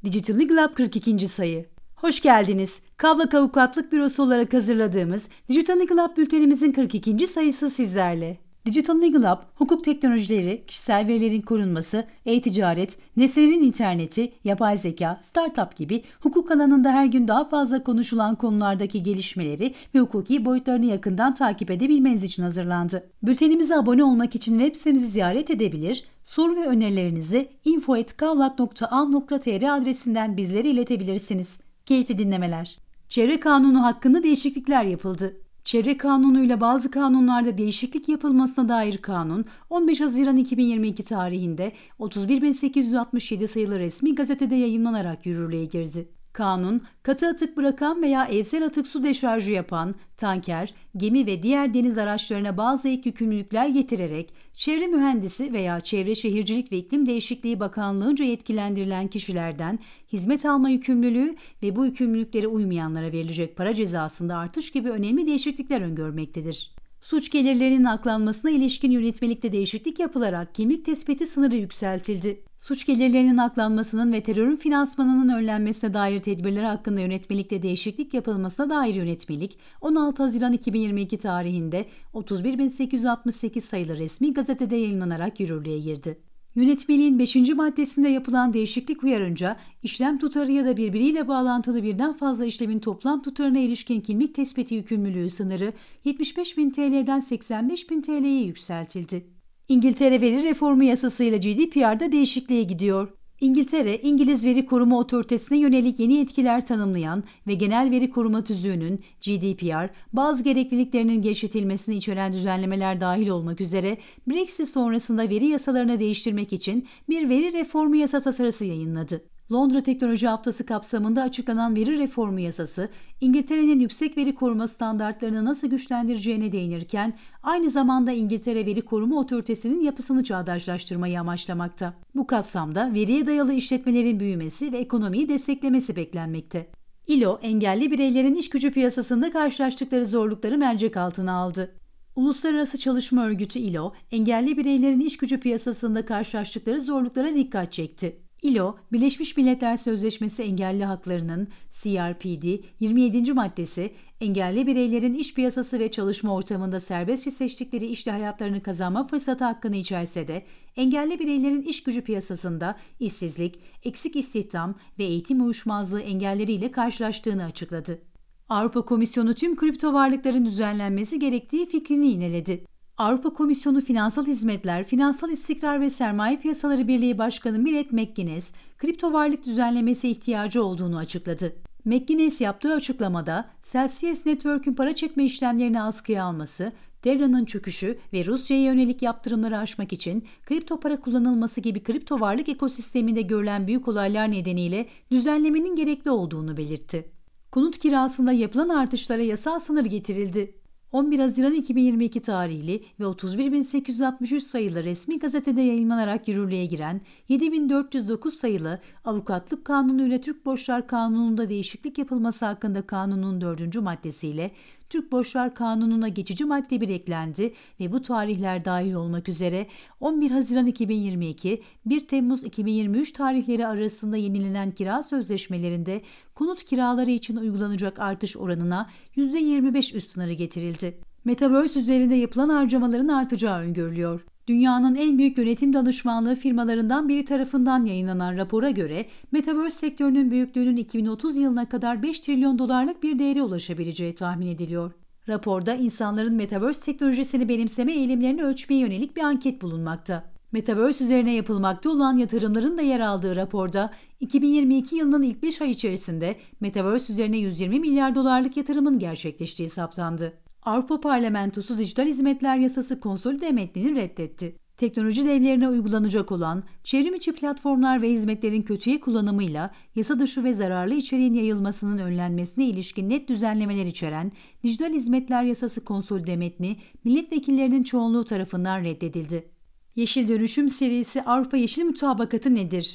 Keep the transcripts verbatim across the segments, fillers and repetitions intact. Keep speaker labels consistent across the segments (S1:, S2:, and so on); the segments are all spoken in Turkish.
S1: Digital Legal Hub kırk ikinci sayı. Hoş geldiniz. Kavlak Avukatlık Bürosu olarak hazırladığımız Digital Legal Hub bültenimizin kırk ikinci sayısı sizlerle. Digital Legal Hub, hukuk teknolojileri, kişisel verilerin korunması, e-ticaret, nesnelerin interneti, yapay zeka, startup gibi hukuk alanında her gün daha fazla konuşulan konulardaki gelişmeleri ve hukuki boyutlarını yakından takip edebilmeniz için hazırlandı. Bültenimize abone olmak için web sitemizi ziyaret edebilir, soru ve önerilerinizi info at kavlak nokta a nokta tr adresinden bizlere iletebilirsiniz. Keyifli dinlemeler. Çevre Kanunu hakkında değişiklikler yapıldı. Çevre Kanunu'yla bazı kanunlarda değişiklik yapılmasına dair kanun, on beş Haziran iki bin yirmi iki tarihinde otuz bir bin sekiz yüz altmış yedi sayılı resmi gazetede yayınlanarak yürürlüğe girdi. Kanun, katı atık bırakan veya evsel atık su deşarjı yapan, tanker, gemi ve diğer deniz araçlarına bazı ek yükümlülükler getirerek, çevre mühendisi veya Çevre Şehircilik ve İklim Değişikliği Bakanlığı'nca yetkilendirilen kişilerden hizmet alma yükümlülüğü ve bu yükümlülüklere uymayanlara verilecek para cezasında artış gibi önemli değişiklikler öngörmektedir. Suç gelirlerinin aklanmasına ilişkin yönetmelikte değişiklik yapılarak kimlik tespiti sınırı yükseltildi. Suç gelirlerinin aklanmasının ve terörün finansmanının önlenmesine dair tedbirler hakkında yönetmelikte değişiklik yapılmasına dair yönetmelik, on altı Haziran iki bin yirmi iki tarihinde otuz bir bin sekiz yüz altmış sekiz sayılı resmi gazetede yayınlanarak yürürlüğe girdi. Yönetmeliğin beşinci maddesinde yapılan değişiklik uyarınca, işlem tutarı ya da birbiriyle bağlantılı birden fazla işlemin toplam tutarına ilişkin kimlik tespiti yükümlülüğü sınırı yetmiş beş bin T L'den seksen beş bin T L'ye yükseltildi. İngiltere Veri Reformu Yasası'yla G D P R'da değişikliğe gidiyor. İngiltere, İngiliz Veri Koruma Otoritesi'ne yönelik yeni yetkiler tanımlayan ve Genel Veri Koruma Tüzüğü'nün G D P R, bazı gerekliliklerinin gevşetilmesini içeren düzenlemeler dahil olmak üzere Brexit sonrasında veri yasalarını değiştirmek için bir veri reformu yasa tasarısı yayınladı. Londra Teknoloji Haftası kapsamında açıklanan veri reformu yasası, İngiltere'nin yüksek veri koruma standartlarını nasıl güçlendireceğine değinirken, aynı zamanda İngiltere Veri Koruma Otoritesi'nin yapısını çağdaşlaştırmayı amaçlamakta. Bu kapsamda veriye dayalı işletmelerin büyümesi ve ekonomiyi desteklemesi beklenmekte. İ L O, engelli bireylerin iş gücü piyasasında karşılaştıkları zorlukları mercek altına aldı. Uluslararası Çalışma Örgütü İ L O, engelli bireylerin iş gücü piyasasında karşılaştıkları zorluklara dikkat çekti. İ L O, Birleşmiş Milletler Sözleşmesi Engelli Hakları'nın C R P D yirmi yedinci maddesi, engelli bireylerin iş piyasası ve çalışma ortamında serbestçe seçtikleri işle hayatlarını kazanma fırsatı hakkını içerse de, engelli bireylerin iş gücü piyasasında işsizlik, eksik istihdam ve eğitim uyuşmazlığı engelleriyle karşılaştığını açıkladı. Avrupa Komisyonu tüm kripto varlıkların düzenlenmesi gerektiği fikrini yineledi. Avrupa Komisyonu Finansal Hizmetler, Finansal İstikrar ve Sermaye Piyasaları Birliği Başkanı Millet McGuinness, kripto varlık düzenlemesi ihtiyacı olduğunu açıkladı. McGuinness yaptığı açıklamada, Celsius Network'ün para çekme işlemlerini askıya alması, Terra'nın çöküşü ve Rusya'ya yönelik yaptırımları aşmak için kripto para kullanılması gibi kripto varlık ekosisteminde görülen büyük olaylar nedeniyle düzenlemenin gerekli olduğunu belirtti. Konut kirasında yapılan artışlara yasal sınır getirildi. on bir Haziran iki bin yirmi iki tarihli ve otuz bir bin sekiz yüz altmış üç sayılı resmi gazetede yayınlanarak yürürlüğe giren yedi bin dört yüz dokuz sayılı Avukatlık Kanunu ile Türk Borçlar Kanunu'nda değişiklik yapılması hakkında kanunun dördüncü maddesiyle Türk Borçlar Kanunu'na geçici madde bir eklendi ve bu tarihler dahil olmak üzere on bir Haziran iki bin yirmi iki - bir Temmuz iki bin yirmi üç tarihleri arasında yenilenen kira sözleşmelerinde konut kiraları için uygulanacak artış oranına yüzde yirmi beş üst sınırı getirildi. Metaverse üzerinde yapılan harcamaların artacağı öngörülüyor. Dünyanın en büyük yönetim danışmanlığı firmalarından biri tarafından yayınlanan rapora göre Metaverse sektörünün büyüklüğünün iki bin otuz yılına kadar beş trilyon dolarlık bir değere ulaşabileceği tahmin ediliyor. Raporda insanların Metaverse teknolojisini benimseme eğilimlerini ölçmeye yönelik bir anket bulunmakta. Metaverse üzerine yapılmakta olan yatırımların da yer aldığı raporda iki bin yirmi iki yılının ilk beş ay içerisinde Metaverse üzerine yüz yirmi milyar dolarlık yatırımın gerçekleştiği saptandı. Avrupa Parlamentosu Dijital Hizmetler Yasası konsolide metnini reddetti. Teknoloji devlerine uygulanacak olan çevrim içi platformlar ve hizmetlerin kötüye kullanımıyla yasa dışı ve zararlı içeriğin yayılmasının önlenmesine ilişkin net düzenlemeler içeren Dijital Hizmetler Yasası konsolide metni milletvekillerinin çoğunluğu tarafından reddedildi. Yeşil Dönüşüm serisi Avrupa Yeşil Mutabakatı nedir?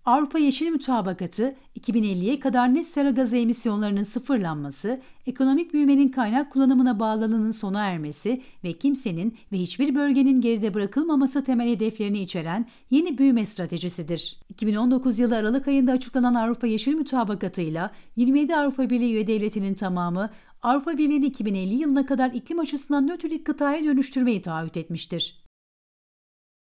S1: Avrupa Yeşil Mutabakatı, iki bin elliye kadar net sera gazı emisyonlarının sıfırlanması, ekonomik büyümenin kaynak kullanımına bağlılığının sona ermesi ve kimsenin ve hiçbir bölgenin geride bırakılmaması temel hedeflerini içeren yeni büyüme stratejisidir. iki bin on dokuz yılı Aralık ayında açıklanan Avrupa Yeşil Mutabakatı'yla yirmi yedi Avrupa Birliği üye devletinin tamamı, Avrupa Birliği'ni iki bin elli yılına kadar iklim açısından nötr kıtaya dönüştürmeyi taahhüt etmiştir.